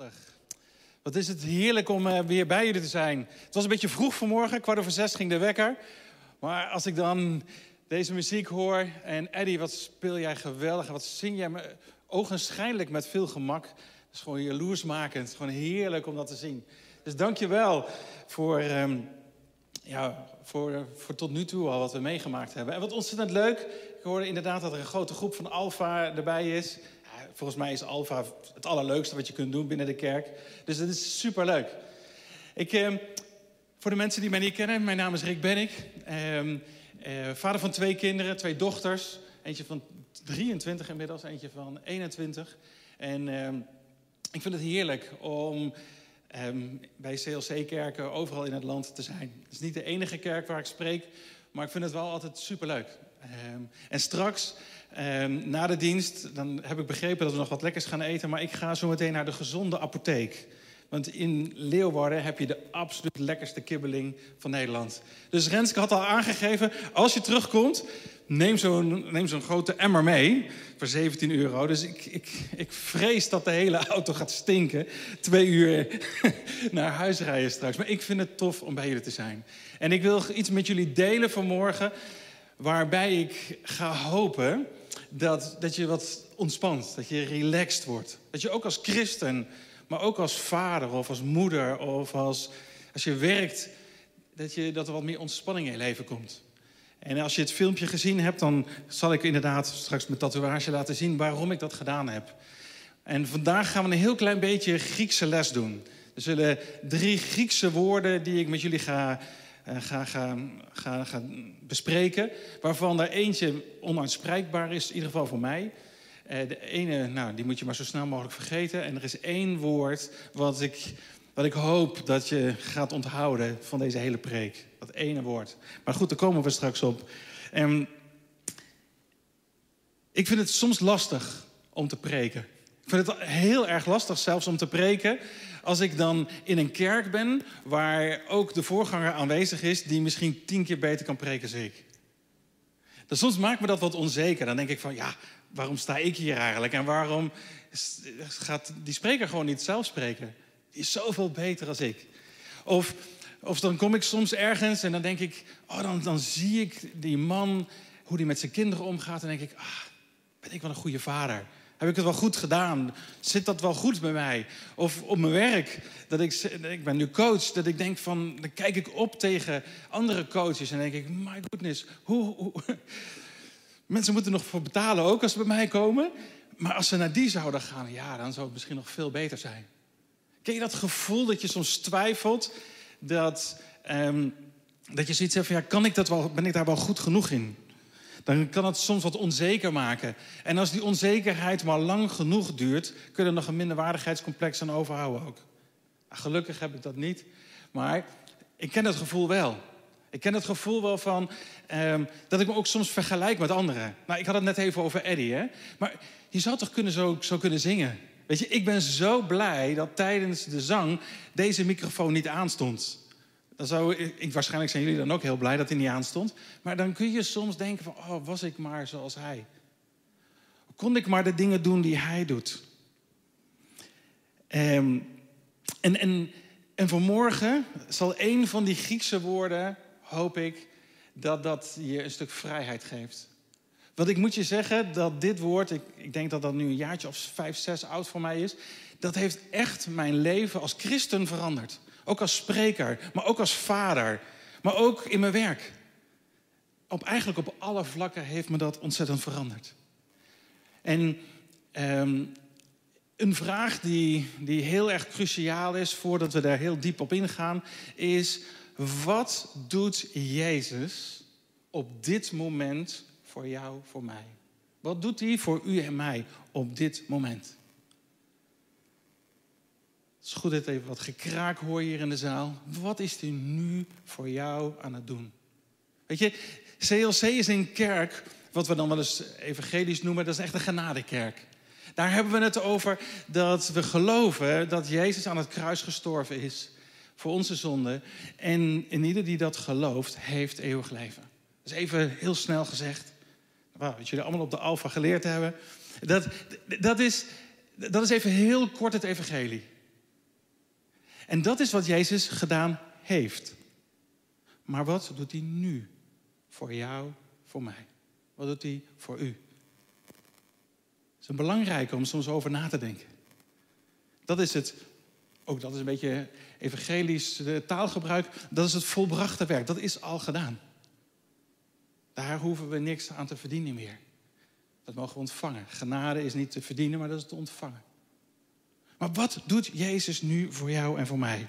Wat is het heerlijk om weer bij jullie te zijn. Het was een beetje vroeg vanmorgen, 5:15 ging de wekker. Maar als ik dan deze muziek hoor en Eddie, wat speel jij geweldig. Wat zing jij ogenschijnlijk met veel gemak. Dat is gewoon jaloersmakend, het is gewoon heerlijk om dat te zien. Dus dank je wel voor tot nu toe al wat we meegemaakt hebben. En wat ontzettend leuk, ik hoorde inderdaad dat er een grote groep van Alpha erbij is. Volgens mij is Alpha het allerleukste wat je kunt doen binnen de kerk. Dus dat is superleuk. Voor de mensen die mij niet kennen, mijn naam is Rick Bennik. Vader van 2 kinderen, 2 dochters. Eentje van 23 inmiddels, eentje van 21. En ik vind het heerlijk om bij CLC-kerken overal in het land te zijn. Het is niet de enige kerk waar ik spreek, maar ik vind het wel altijd superleuk. En straks, na de dienst, dan heb ik begrepen dat we nog wat lekkers gaan eten. Maar ik ga zo meteen naar de gezonde apotheek. Want in Leeuwarden heb je de absoluut lekkerste kibbeling van Nederland. Dus Renske had al aangegeven, als je terugkomt, neem zo'n grote emmer mee voor €17. Dus ik vrees dat de hele auto gaat stinken. 2 uur naar huis rijden straks. Maar ik vind het tof om bij jullie te zijn. En ik wil iets met jullie delen vanmorgen, waarbij ik ga hopen dat je wat ontspant. Dat je relaxed wordt. Dat je ook als christen, maar ook als vader of als moeder of als je werkt, dat er wat meer ontspanning in je leven komt. En als je het filmpje gezien hebt, dan zal ik inderdaad straks mijn tatoeage laten zien waarom ik dat gedaan heb. En vandaag gaan we een heel klein beetje Griekse les doen. Er zullen 3 Griekse woorden die ik met jullie ga bespreken, waarvan er eentje onuitspreekbaar is, in ieder geval voor mij. De ene, die moet je maar zo snel mogelijk vergeten. En er is 1 woord wat ik hoop dat je gaat onthouden van deze hele preek. Dat ene woord. Maar goed, daar komen we straks op. Ik vind het soms lastig om te preken. Ik vind het heel erg lastig zelfs om te preken als ik dan in een kerk ben waar ook de voorganger aanwezig is die misschien 10 keer beter kan preken dan ik. Dus soms maakt me dat wat onzeker. Dan denk ik van, waarom sta ik hier eigenlijk? En waarom gaat die spreker gewoon niet zelf spreken? Die is zoveel beter dan ik. Of dan kom ik soms ergens en dan denk ik, dan zie ik die man, hoe die met zijn kinderen omgaat. En denk ik, ben ik wel een goede vader? Heb ik het wel goed gedaan? Zit dat wel goed bij mij? Of op mijn werk, ik ben nu coach, dat ik denk van, dan kijk ik op tegen andere coaches en denk ik, my goodness, hoe mensen moeten nog voor betalen ook als ze bij mij komen. Maar als ze naar die zouden gaan, dan zou het misschien nog veel beter zijn. Ken je dat gevoel dat je soms twijfelt, dat je zoiets hebt van, kan ik dat wel, ben ik daar wel goed genoeg in? Dan kan het soms wat onzeker maken. En als die onzekerheid maar lang genoeg duurt, kun je er nog een minderwaardigheidscomplex aan overhouden ook. Gelukkig heb ik dat niet, maar ik ken het gevoel wel. Ik ken het gevoel wel van dat ik me ook soms vergelijk met anderen. Ik had het net even over Eddie, hè? Maar je zou toch zo kunnen zingen? Weet je, ik ben zo blij dat tijdens de zang deze microfoon niet aanstond. Waarschijnlijk zijn jullie dan ook heel blij dat hij niet aanstond. Maar dan kun je soms denken van, was ik maar zoals hij. Kon ik maar de dingen doen die hij doet. En vanmorgen zal 1 van die Griekse woorden, hoop ik, dat je een stuk vrijheid geeft. Want ik moet je zeggen dat dit woord, ik denk dat dat nu een jaartje of 5, 6 oud voor mij is. Dat heeft echt mijn leven als christen veranderd. Ook als spreker, maar ook als vader. Maar ook in mijn werk. Eigenlijk op alle vlakken heeft me dat ontzettend veranderd. En een vraag die heel erg cruciaal is, voordat we daar heel diep op ingaan, is: wat doet Jezus op dit moment voor jou, voor mij? Wat doet hij voor u en mij op dit moment? Het is goed dat even wat gekraak hoor hier in de zaal. Wat is hij nu voor jou aan het doen? Weet je, CLC is een kerk, wat we dan wel eens evangelisch noemen, dat is echt een genadekerk. Daar hebben we het over dat we geloven dat Jezus aan het kruis gestorven is voor onze zonden. En ieder die dat gelooft, heeft eeuwig leven. Dat is even heel snel gezegd. Wat jullie allemaal op de Alpha geleerd hebben. Dat is even heel kort het evangelie. En dat is wat Jezus gedaan heeft. Maar wat doet hij nu? Voor jou, voor mij. Wat doet hij voor u? Het is een belangrijke om soms over na te denken. Dat is het, ook dat is een beetje evangelisch taalgebruik. Dat is het volbrachte werk. Dat is al gedaan. Daar hoeven we niks aan te verdienen meer. Dat mogen we ontvangen. Genade is niet te verdienen, maar dat is te ontvangen. Maar wat doet Jezus nu voor jou en voor mij?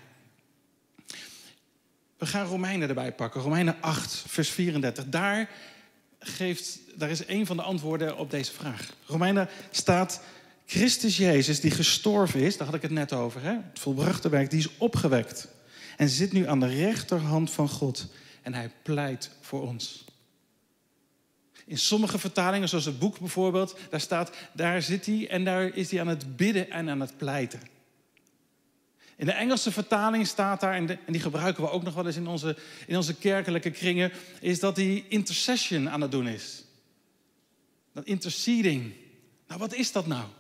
We gaan Romeinen erbij pakken. Romeinen 8, vers 34. Daar is een van de antwoorden op deze vraag. Romeinen staat: Christus Jezus, die gestorven is, daar had ik het net over, hè? Het volbrachte werk, die is opgewekt. En zit nu aan de rechterhand van God. En hij pleit voor ons. In sommige vertalingen, zoals het boek bijvoorbeeld, daar staat: daar zit hij en daar is hij aan het bidden en aan het pleiten. In de Engelse vertaling staat daar, en die gebruiken we ook nog wel eens in onze kerkelijke kringen, is dat hij intercession aan het doen is. Dat interceding. Nou, wat is dat nou?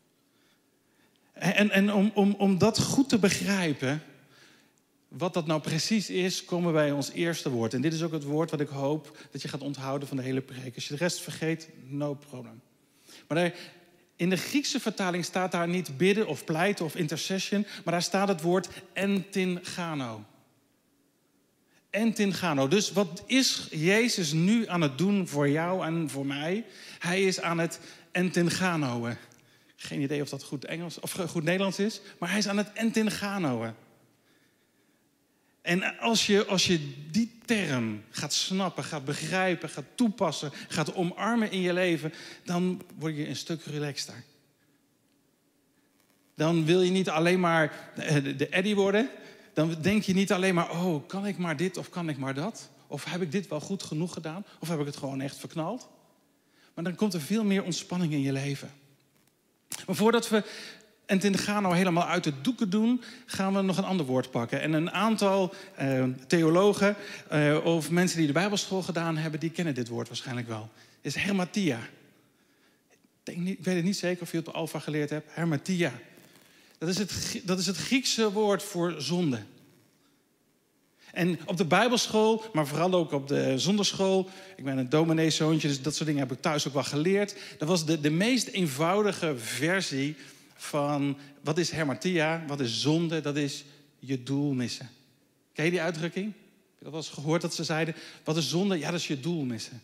En om dat goed te begrijpen, wat dat nou precies is, komen wij ons eerste woord. En dit is ook het woord wat ik hoop dat je gaat onthouden van de hele preek. Als je de rest vergeet, no problem. Maar in de Griekse vertaling staat daar niet bidden of pleiten of intercession, maar daar staat het woord entingano. Entingano. Dus wat is Jezus nu aan het doen voor jou en voor mij? Hij is aan het entinganoën. Geen idee of dat goed Engels of goed Nederlands is, maar hij is aan het entinganoën. En als je die term gaat snappen, gaat begrijpen, gaat toepassen, gaat omarmen in je leven, dan word je een stuk relaxter. Dan wil je niet alleen maar de Eddie worden. Dan denk je niet alleen maar, oh, kan ik maar dit of kan ik maar dat? Of heb ik dit wel goed genoeg gedaan? Of heb ik het gewoon echt verknald? Maar dan komt er veel meer ontspanning in je leven. Maar voordat we entingano helemaal uit de doeken doen, gaan we nog een ander woord pakken. En een aantal theologen of mensen die de Bijbelschool gedaan hebben, die kennen dit woord waarschijnlijk wel. Het is hermatia. Ik weet het niet zeker of je het op Alpha geleerd hebt. Hermatia. Dat is het Griekse woord voor zonde. En op de Bijbelschool, maar vooral ook op de zonderschool, ik ben een domineeszoontje, dus dat soort dingen heb ik thuis ook wel geleerd. Dat was de meest eenvoudige versie van wat is hermatia, wat is zonde, dat is je doel missen. Ken je die uitdrukking? Heb je dat wel eens gehoord dat ze zeiden, wat is zonde? Ja, dat is je doel missen.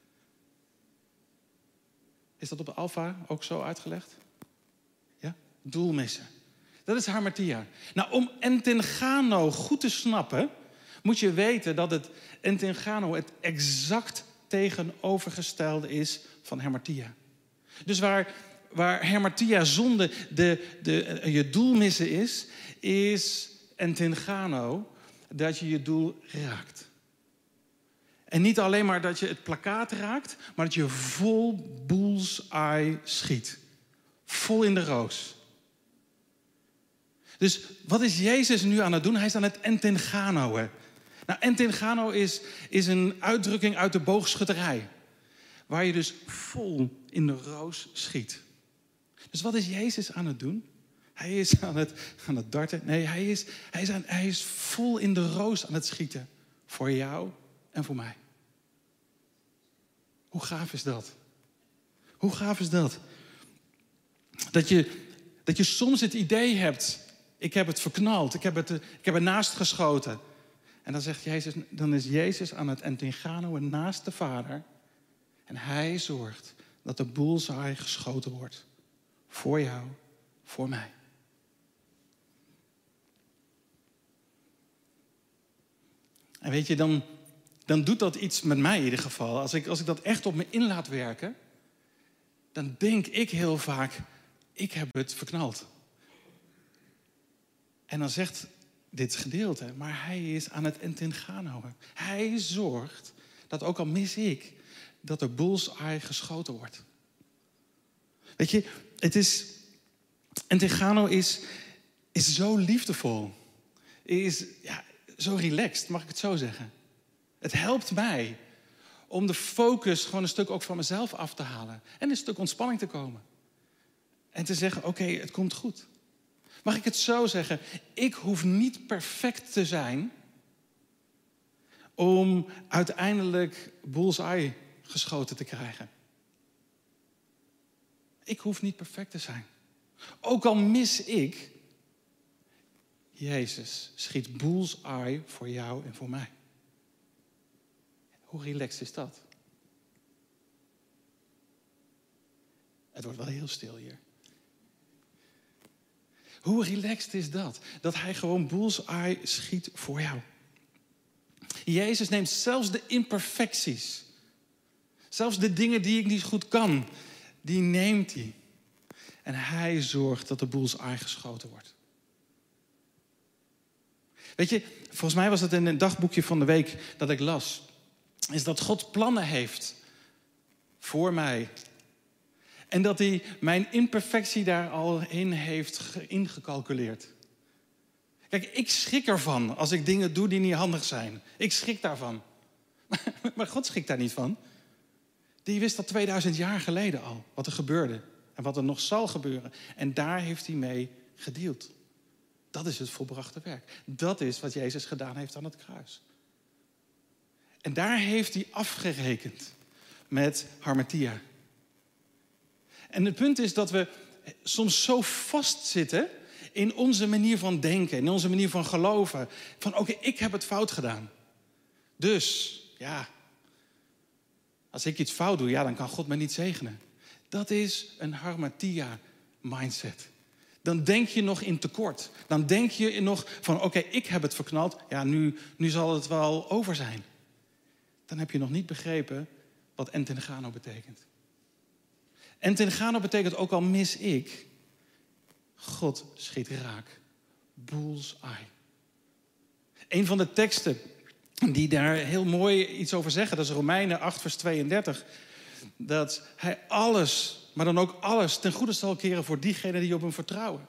Is dat op de Alpha ook zo uitgelegd? Ja? Doel missen. Dat is hermatia. Nou, om entingano goed te snappen, moet je weten dat het entingano het exact tegenovergestelde is van hermatia. Dus waar hermatia zonde je doel missen is entingano dat je je doel raakt. En niet alleen maar dat je het plakkaat raakt, maar dat je vol bullseye schiet. Vol in de roos. Dus wat is Jezus nu aan het doen? Hij is aan het entinganoën. Nou, entingano is een uitdrukking uit de boogschutterij. Waar je dus vol in de roos schiet. Dus wat is Jezus aan het doen? Hij is aan het darten. Nee, hij is vol in de roos aan het schieten. Voor jou en voor mij. Hoe gaaf is dat? Hoe gaaf is dat? Dat je soms het idee hebt, ik heb het verknald, ik heb ernaast geschoten. En dan zegt Jezus, dan is Jezus aan het entinganoën naast de Vader. En hij zorgt dat de bullseye geschoten wordt. Voor jou, voor mij. En weet je, dan doet dat iets met mij in ieder geval. Als ik dat echt op me in laat werken, dan denk ik heel vaak, ik heb het verknald. En dan zegt dit gedeelte, maar hij is aan het entinganoën. Hij zorgt dat ook al mis ik, dat de bullseye geschoten wordt. Weet je, entingano is zo liefdevol. Is zo relaxed, mag ik het zo zeggen. Het helpt mij om de focus gewoon een stuk ook van mezelf af te halen. En een stuk ontspanning te komen. En te zeggen, oké, het komt goed. Mag ik het zo zeggen? Ik hoef niet perfect te zijn om uiteindelijk bullseye geschoten te krijgen. Ik hoef niet perfect te zijn. Ook al mis ik, Jezus schiet bullseye voor jou en voor mij. Hoe relaxed is dat? Het wordt wel heel stil hier. Hoe relaxed is dat? Dat hij gewoon bullseye schiet voor jou. Jezus neemt zelfs de imperfecties. Zelfs de dingen die ik niet goed kan. Die neemt hij. En hij zorgt dat de bullseye geschoten wordt. Weet je, volgens mij was het in een dagboekje van de week dat ik las. Is dat God plannen heeft voor mij. En dat hij mijn imperfectie daar al in heeft ingecalculeerd. Kijk, ik schrik ervan als ik dingen doe die niet handig zijn. Ik schrik daarvan. Maar God schrikt daar niet van. Die wist al 2000 jaar geleden al wat er gebeurde. En wat er nog zal gebeuren. En daar heeft hij mee gedeeld. Dat is het volbrachte werk. Dat is wat Jezus gedaan heeft aan het kruis. En daar heeft hij afgerekend met Harmatia. En het punt is dat we soms zo vastzitten in onze manier van denken, in onze manier van geloven. Van oké, ik heb het fout gedaan. Dus, ja, als ik iets fout doe, ja, dan kan God me niet zegenen. Dat is een Harmatia mindset. Dan denk je nog in tekort. Dan denk je nog van oké, ik heb het verknald. Ja, nu zal het wel over zijn. Dan heb je nog niet begrepen wat Entengano betekent. Entengano betekent ook al mis ik, God schiet raak. Bullseye. Een van de teksten die daar heel mooi iets over zeggen, dat is Romeinen 8 vers 32. Dat hij alles, maar dan ook alles, ten goede zal keren voor diegenen die op hem vertrouwen.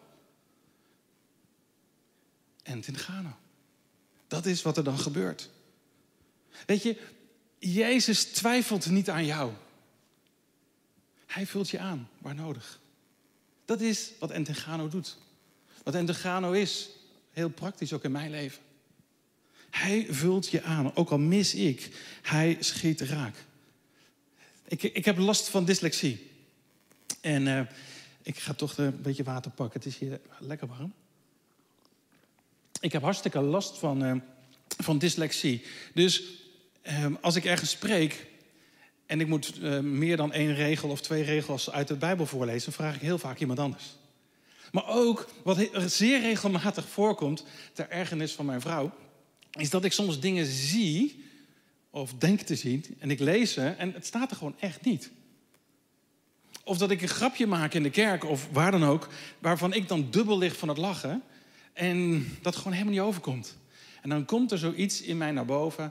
Entengano. Dat is wat er dan gebeurt. Weet je, Jezus twijfelt niet aan jou. Hij vult je aan, waar nodig. Dat is wat Entengano doet. Wat Entengano is, heel praktisch ook in mijn leven. Hij vult je aan, ook al mis ik. Hij schiet raak. Ik heb last van dyslexie. En ik ga toch een beetje water pakken. Het is hier lekker warm. Ik heb hartstikke last van dyslexie. Dus als ik ergens spreek en ik moet meer dan 1 regel of 2 regels uit de Bijbel voorlezen, dan vraag ik heel vaak iemand anders. Maar ook, wat zeer regelmatig voorkomt, ter ergernis van mijn vrouw, is dat ik soms dingen zie, of denk te zien, en ik lees ze, en het staat er gewoon echt niet. Of dat ik een grapje maak in de kerk, of waar dan ook, waarvan ik dan dubbel lig van het lachen, en dat gewoon helemaal niet overkomt. En dan komt er zoiets in mij naar boven.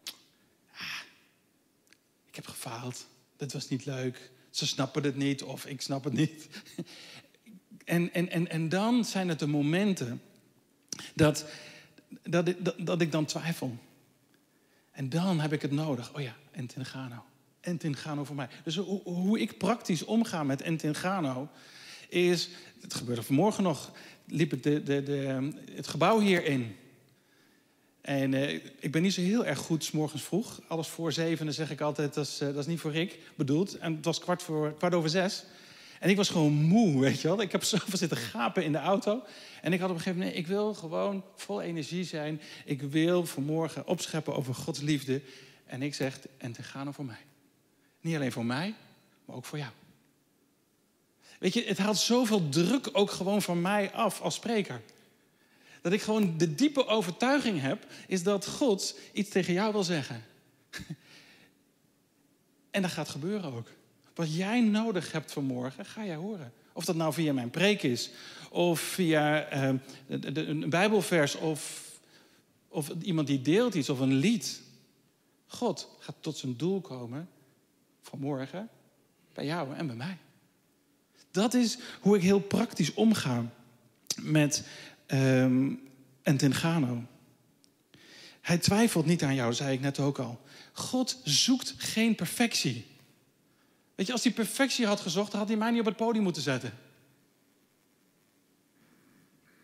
Ik heb gefaald, dit was niet leuk, ze snappen het niet, of ik snap het niet. En dan zijn het de momenten dat ik dan twijfel. En dan heb ik het nodig. Oh ja, Entengano. Entengano voor mij. Dus hoe ik praktisch omga met Entengano is, het gebeurde vanmorgen nog, liep ik het gebouw hier in. En ik ben niet zo heel erg goed 's morgens vroeg. Alles voor 7, dan zeg ik altijd, dat is niet voor Rick bedoeld. En het was 6:15. En ik was gewoon moe, weet je wel. Ik heb zoveel zitten gapen in de auto. En ik had op een gegeven moment, ik wil gewoon vol energie zijn. Ik wil vanmorgen opscheppen over Gods liefde. En ik zeg, Entengano voor mij. Niet alleen voor mij, maar ook voor jou. Weet je, het haalt zoveel druk ook gewoon van mij af als spreker. Dat ik gewoon de diepe overtuiging heb, is dat God iets tegen jou wil zeggen. En dat gaat gebeuren ook. Wat jij nodig hebt vanmorgen, ga jij horen. Of dat nou via mijn preek is, of via een Bijbelvers, of iemand die deelt iets, of een lied. God gaat tot zijn doel komen vanmorgen bij jou en bij mij. Dat is hoe ik heel praktisch omga met Entengano. Hij twijfelt niet aan jou, zei ik net ook al. God zoekt geen perfectie. Weet je, als hij perfectie had gezocht, dan had hij mij niet op het podium moeten zetten.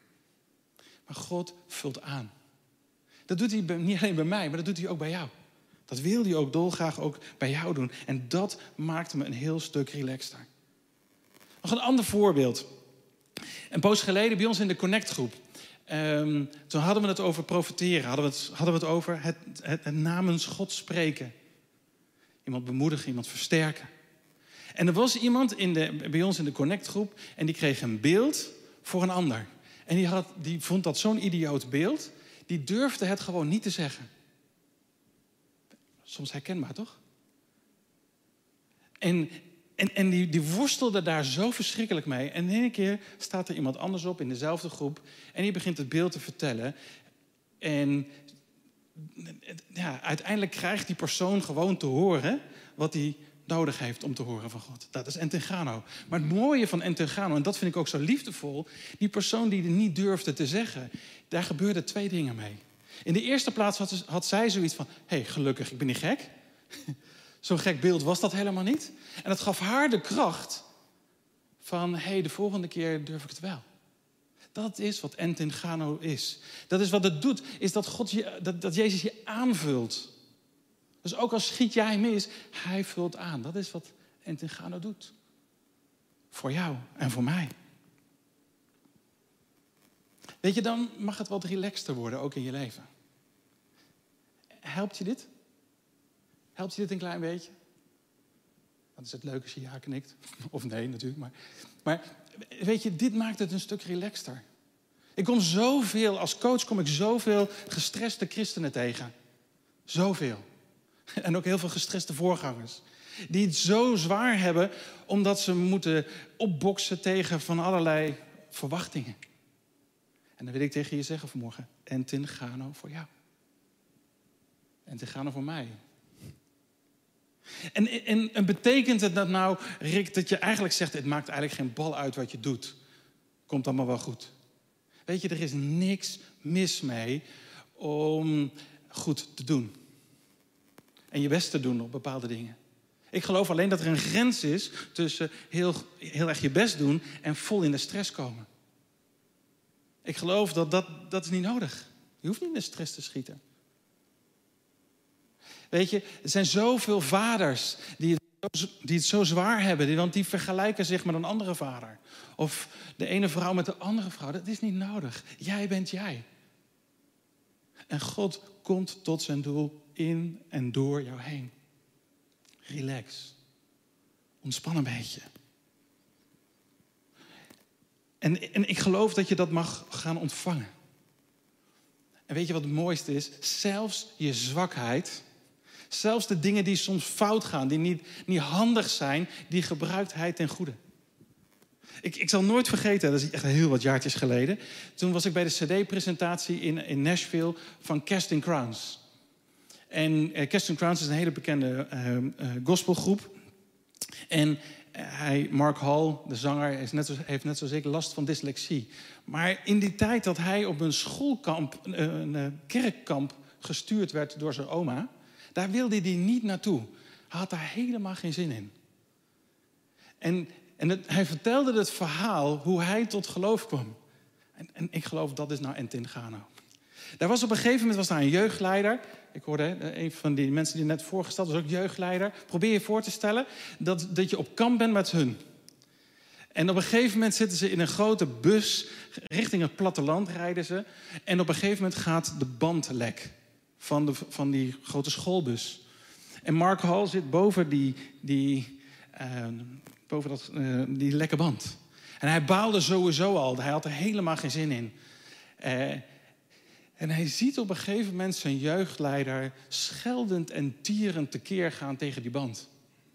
Maar God vult aan. Dat doet hij niet alleen bij mij, maar dat doet hij ook bij jou. Dat wil hij ook dolgraag ook bij jou doen. En dat maakt me een heel stuk relaxter. Nog een ander voorbeeld. Een poos geleden bij ons in de Connect-groep. Toen hadden we het over profeteren. Hadden we het over het namens God spreken. Iemand bemoedigen, iemand versterken. En er was iemand bij ons in de Connect-groep en die kreeg een beeld voor een ander. En die vond dat zo'n idioot beeld. Die durfde het gewoon niet te zeggen. Soms herkenbaar, toch? En die worstelde daar zo verschrikkelijk mee. En in één keer staat er iemand anders op in dezelfde groep. En die begint het beeld te vertellen. En ja, uiteindelijk krijgt die persoon gewoon te horen wat hij nodig heeft om te horen van God. Dat is Entengano. Maar het mooie van Entengano, en dat vind ik ook zo liefdevol, die persoon die het niet durfde te zeggen, daar gebeurden 2 dingen mee. In de eerste plaats had zij zoiets van, hé, gelukkig, ik ben niet gek. Zo'n gek beeld was dat helemaal niet. En het gaf haar de kracht van, hé, de volgende keer durf ik het wel. Dat is wat Entengano is. Dat is wat het doet, is dat Jezus je aanvult. Dus ook al schiet jij mis, hij vult aan. Dat is wat Entengano doet. Voor jou en voor mij. Weet je, dan mag het wat relaxter worden, ook in je leven. Helpt je dit? Helpt je dit een klein beetje? Dan is het leuk als je ja knikt. Of nee, natuurlijk. Maar weet je, dit maakt het een stuk relaxter. Als coach kom ik zoveel gestreste christenen tegen. Zoveel. En ook heel veel gestreste voorgangers. Die het zo zwaar hebben omdat ze moeten opboksen tegen van allerlei verwachtingen. En dan wil ik tegen je zeggen vanmorgen, Entengano voor jou. Entengano voor mij. En betekent het dat nou, Rick, dat je eigenlijk zegt, het maakt eigenlijk geen bal uit wat je doet. Komt allemaal wel goed. Weet je, er is niks mis mee om goed te doen. En je best te doen op bepaalde dingen. Ik geloof alleen dat er een grens is tussen heel erg je best doen en vol in de stress komen. Ik geloof dat is niet nodig. Je hoeft niet in de stress te schieten. Weet je, er zijn zoveel vaders die het zo zwaar hebben. Want die vergelijken zich met een andere vader. Of de ene vrouw met de andere vrouw. Dat is niet nodig. Jij bent jij. En God komt tot zijn doel in en door jou heen. Relax. Ontspan een beetje. En ik geloof dat je dat mag gaan ontvangen. En weet je wat het mooiste is? Zelfs je zwakheid, zelfs de dingen die soms fout gaan, die niet handig zijn, die gebruikt hij ten goede. Ik zal nooit vergeten, dat is echt heel wat jaartjes geleden. Toen was ik bij de cd-presentatie in Nashville van Casting Crowns. En Casting Crowns is een hele bekende gospelgroep. En Mark Hall, de zanger, heeft net zo zeker last van dyslexie. Maar in die tijd dat hij op een schoolkamp, een kerkkamp gestuurd werd door zijn oma, daar wilde hij niet naartoe. Hij had daar helemaal geen zin in. Hij vertelde het verhaal hoe hij tot geloof kwam. En ik geloof dat is nou Entengano. Daar was op een gegeven moment een jeugdleider. Ik hoorde een van die mensen die net voorgesteld was ook jeugdleider. Probeer je voor te stellen dat je op kamp bent met hun. En op een gegeven moment zitten ze in een grote bus. Richting het platteland rijden ze. En op een gegeven moment gaat de band lek van die grote schoolbus. En Mark Hall zit boven die lekke band. En hij baalde sowieso al. Hij had er helemaal geen zin in. En hij ziet op een gegeven moment zijn jeugdleider scheldend en tierend tekeer gaan tegen die band.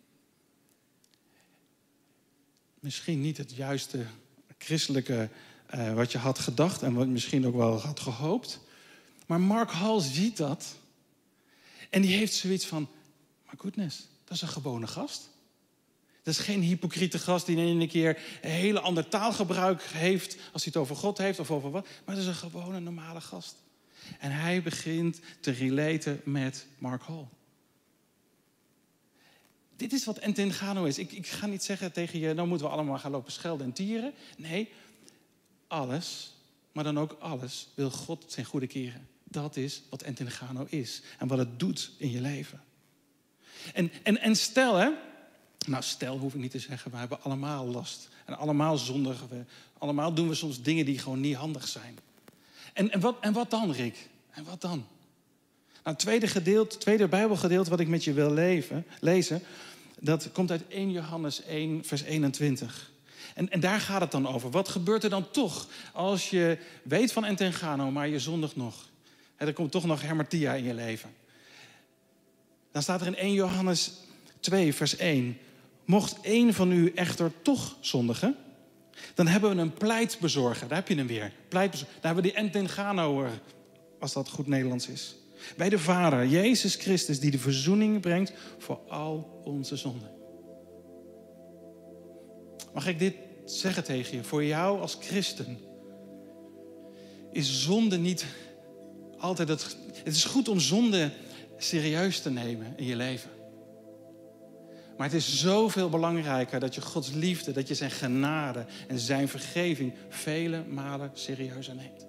Misschien niet het juiste christelijke wat je had gedacht en wat misschien ook wel had gehoopt. Maar Mark Hall ziet dat. En die heeft zoiets van, my goodness, dat is een gewone gast. Dat is geen hypocriete gast die in een keer een hele ander taalgebruik heeft als hij het over God heeft of over wat. Maar dat is een gewone normale gast. En hij begint te relaten met Mark Hall. Dit is wat Entengano is. Ik ga niet zeggen tegen je, nou moeten we allemaal gaan lopen schelden en tieren. Nee, alles maar dan ook alles wil God zijn goede keren. Dat is wat Entengano is en wat het doet in je leven. En stel, hè. Nou, stel hoef ik niet te zeggen, we hebben allemaal last. En allemaal zondigen we. Allemaal doen we soms dingen die gewoon niet handig zijn. En wat dan, Rick? En wat dan? Nou, het tweede Bijbelgedeelte wat ik met je wil lezen, dat komt uit 1 Johannes 1, vers 21. En daar gaat het dan over. Wat gebeurt er dan toch als je weet van Entengano, maar je zondigt nog? Er komt toch nog hamartia in je leven. Dan staat er in 1 Johannes 2, vers 1. Mocht één van u echter toch zondigen, dan hebben we een pleitbezorger. Daar heb je hem weer. Pleitbezorger. Daar hebben we die Entengano, als dat goed Nederlands is. Bij de Vader, Jezus Christus, die de verzoening brengt voor al onze zonden. Mag ik dit zeggen tegen je? Voor jou als christen is zonde niet altijd het... Het is goed om zonde serieus te nemen in je leven. Maar het is zoveel belangrijker dat je Gods liefde, dat je zijn genade en zijn vergeving vele malen serieuzer neemt.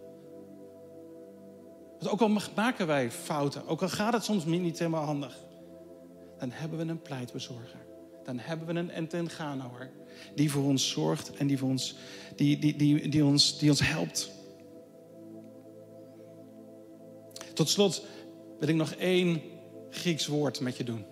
Want ook al maken wij fouten, ook al gaat het soms niet helemaal handig, dan hebben we een pleitbezorger. Dan hebben we een Entenganoer die voor ons zorgt en die ons helpt. Tot slot wil ik nog 1 Grieks woord met je doen.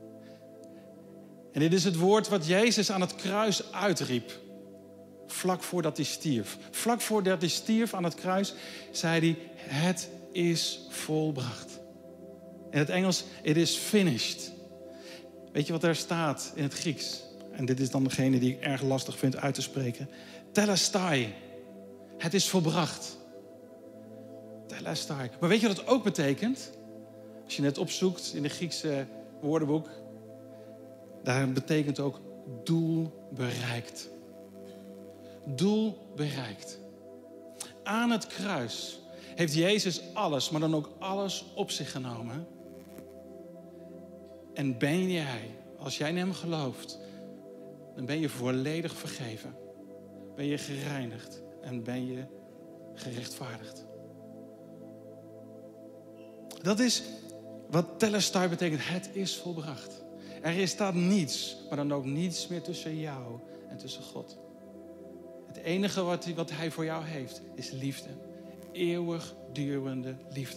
En dit is het woord wat Jezus aan het kruis uitriep. Vlak voordat hij stierf. Vlak voordat hij stierf aan het kruis zei hij: het is volbracht. In het Engels, it is finished. Weet je wat daar staat in het Grieks? En dit is dan degene die ik erg lastig vind uit te spreken. Telestai. Het is volbracht. Telestai. Maar weet je wat het ook betekent? Als je het opzoekt in het Griekse woordenboek. Daar betekent ook doel bereikt. Doel bereikt. Aan het kruis heeft Jezus alles, maar dan ook alles op zich genomen. En ben jij, als jij in hem gelooft, dan ben je volledig vergeven. Ben je gereinigd en ben je gerechtvaardigd. Dat is wat telestai betekent. Het is volbracht. Er staat niets, maar dan ook niets meer tussen jou en tussen God. Het enige wat hij voor jou heeft, is liefde. Eeuwigdurende liefde.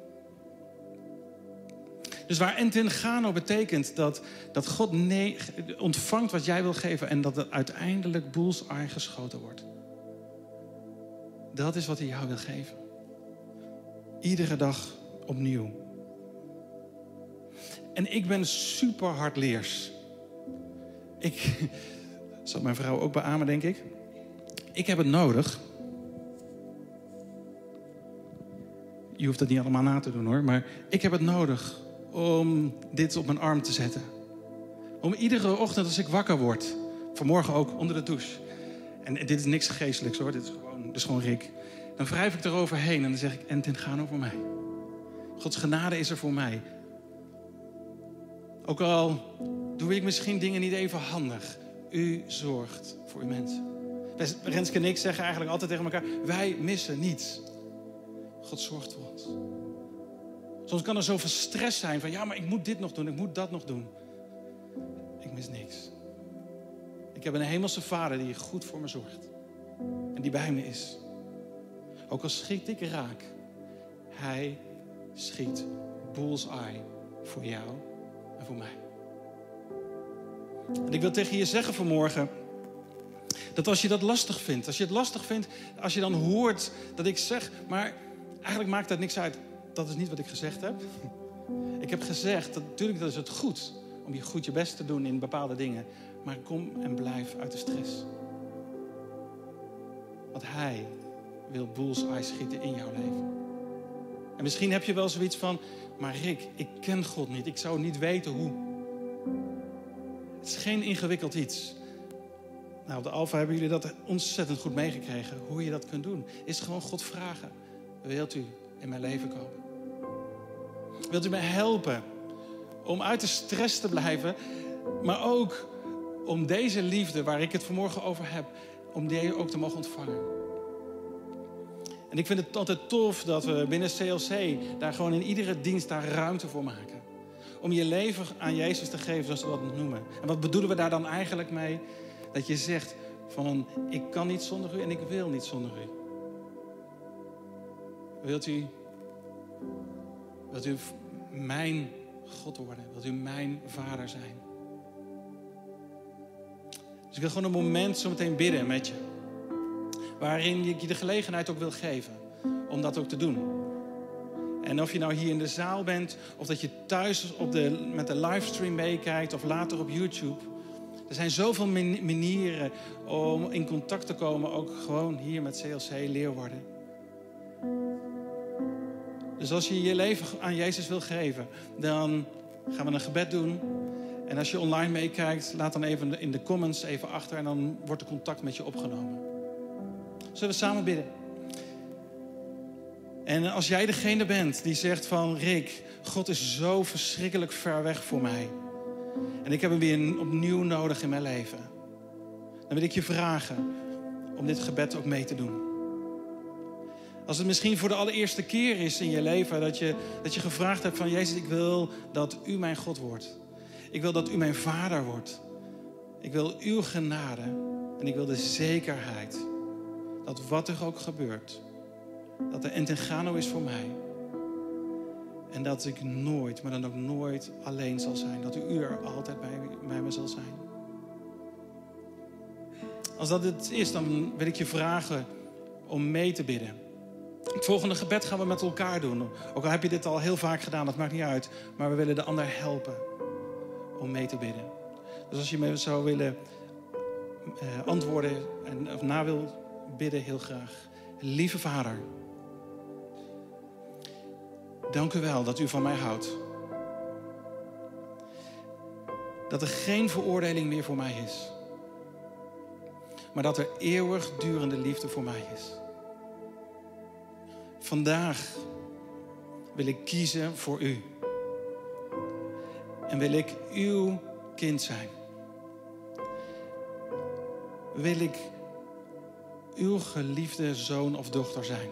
Dus waar Entengano betekent dat God ontvangt wat jij wil geven en dat het uiteindelijk bullseye geschoten wordt. Dat is wat hij jou wil geven. Iedere dag opnieuw. En ik ben super hardleers. Zal mijn vrouw ook beamen, denk ik. Ik heb het nodig. Je hoeft dat niet allemaal na te doen hoor. Maar ik heb het nodig om dit op mijn arm te zetten. Om iedere ochtend als ik wakker word. Vanmorgen ook onder de douche. En dit is niks geestelijks hoor. Dit is gewoon Rick. Dan wrijf ik eroverheen en dan zeg ik: Entengano voor mij. Gods genade is er voor mij. Ook al doe ik misschien dingen niet even handig. U zorgt voor uw mensen. Renske en ik zeggen eigenlijk altijd tegen elkaar: wij missen niets. God zorgt voor ons. Soms kan er zoveel stress zijn van: ja, maar ik moet dit nog doen, ik moet dat nog doen. Ik mis niks. Ik heb een hemelse Vader die goed voor me zorgt. En die bij me is. Ook al schiet ik raak. Hij schiet bullseye voor jou en voor mij. En ik wil tegen je zeggen vanmorgen, dat als je dat lastig vindt, als je dan hoort dat ik zeg, maar eigenlijk maakt dat niks uit. Dat is niet wat ik gezegd heb. Ik heb gezegd, natuurlijk dat is het goed om je goed je best te doen in bepaalde dingen. Maar kom en blijf uit de stress. Want hij wil bullseye schieten in jouw leven. En misschien heb je wel zoiets van: maar Rick, ik ken God niet. Ik zou niet weten hoe. Het is geen ingewikkeld iets. Nou, op de Alpha hebben jullie dat ontzettend goed meegekregen. Hoe je dat kunt doen, is gewoon God vragen: wilt u in mijn leven komen? Wilt u mij helpen om uit de stress te blijven, maar ook om deze liefde waar ik het vanmorgen over heb, om die ook te mogen ontvangen? En ik vind het altijd tof dat we binnen CLC daar gewoon in iedere dienst daar ruimte voor maken. Om je leven aan Jezus te geven, zoals we dat noemen. En wat bedoelen we daar dan eigenlijk mee? Dat je zegt van, ik kan niet zonder u en ik wil niet zonder u. Wilt u mijn God worden? Wilt u mijn vader zijn? Dus ik wil gewoon een moment zo meteen bidden met je. Waarin ik je de gelegenheid ook wil geven om dat ook te doen. En of je nou hier in de zaal bent, of dat je thuis met de livestream meekijkt, of later op YouTube. Er zijn zoveel manieren om in contact te komen, ook gewoon hier met CLC Leeuwarden. Dus als je je leven aan Jezus wil geven, dan gaan we een gebed doen. En als je online meekijkt, laat dan even in de comments even achter en dan wordt er contact met je opgenomen. Zullen we samen bidden? En als jij degene bent die zegt van, Rick, God is zo verschrikkelijk ver weg voor mij. En ik heb hem weer opnieuw nodig in mijn leven. Dan wil ik je vragen om dit gebed ook mee te doen. Als het misschien voor de allereerste keer is in je leven dat je gevraagd hebt van, Jezus, ik wil dat u mijn God wordt. Ik wil dat u mijn vader wordt. Ik wil uw genade en ik wil de zekerheid dat wat er ook gebeurt, dat er Entengano is voor mij. En dat ik nooit, maar dan ook nooit alleen zal zijn. Dat u er altijd bij me zal zijn. Als dat het is, dan wil ik je vragen om mee te bidden. Het volgende gebed gaan we met elkaar doen. Ook al heb je dit al heel vaak gedaan, dat maakt niet uit. Maar we willen de ander helpen om mee te bidden. Dus als je me zou willen antwoorden of na wil bidden, heel graag. Lieve Vader, dank u wel dat u van mij houdt. Dat er geen veroordeling meer voor mij is. Maar dat er eeuwigdurende liefde voor mij is. Vandaag wil ik kiezen voor u. En wil ik uw kind zijn. Wil ik uw geliefde zoon of dochter zijn.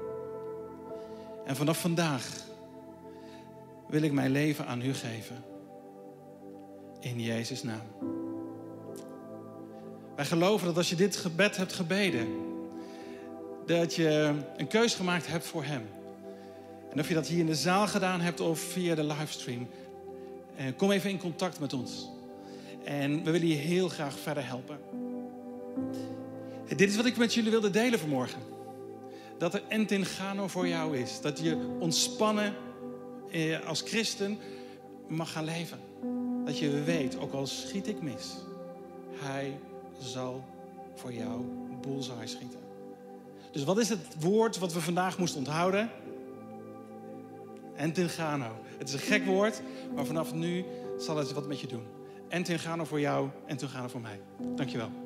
En vanaf vandaag wil ik mijn leven aan u geven. In Jezus' naam. Wij geloven dat als je dit gebed hebt gebeden, dat je een keus gemaakt hebt voor hem. En of je dat hier in de zaal gedaan hebt of via de livestream, kom even in contact met ons. En we willen je heel graag verder helpen. Dit is wat ik met jullie wilde delen vanmorgen. Dat er Entengano voor jou is. Dat je ontspannen als christen mag gaan leven. Dat je weet, ook al schiet ik mis, hij zal voor jou bullseye schieten. Dus wat is het woord wat we vandaag moesten onthouden? Entengano. Het is een gek woord, maar vanaf nu zal het wat met je doen. Entengano voor jou, Entengano voor mij. Dankjewel.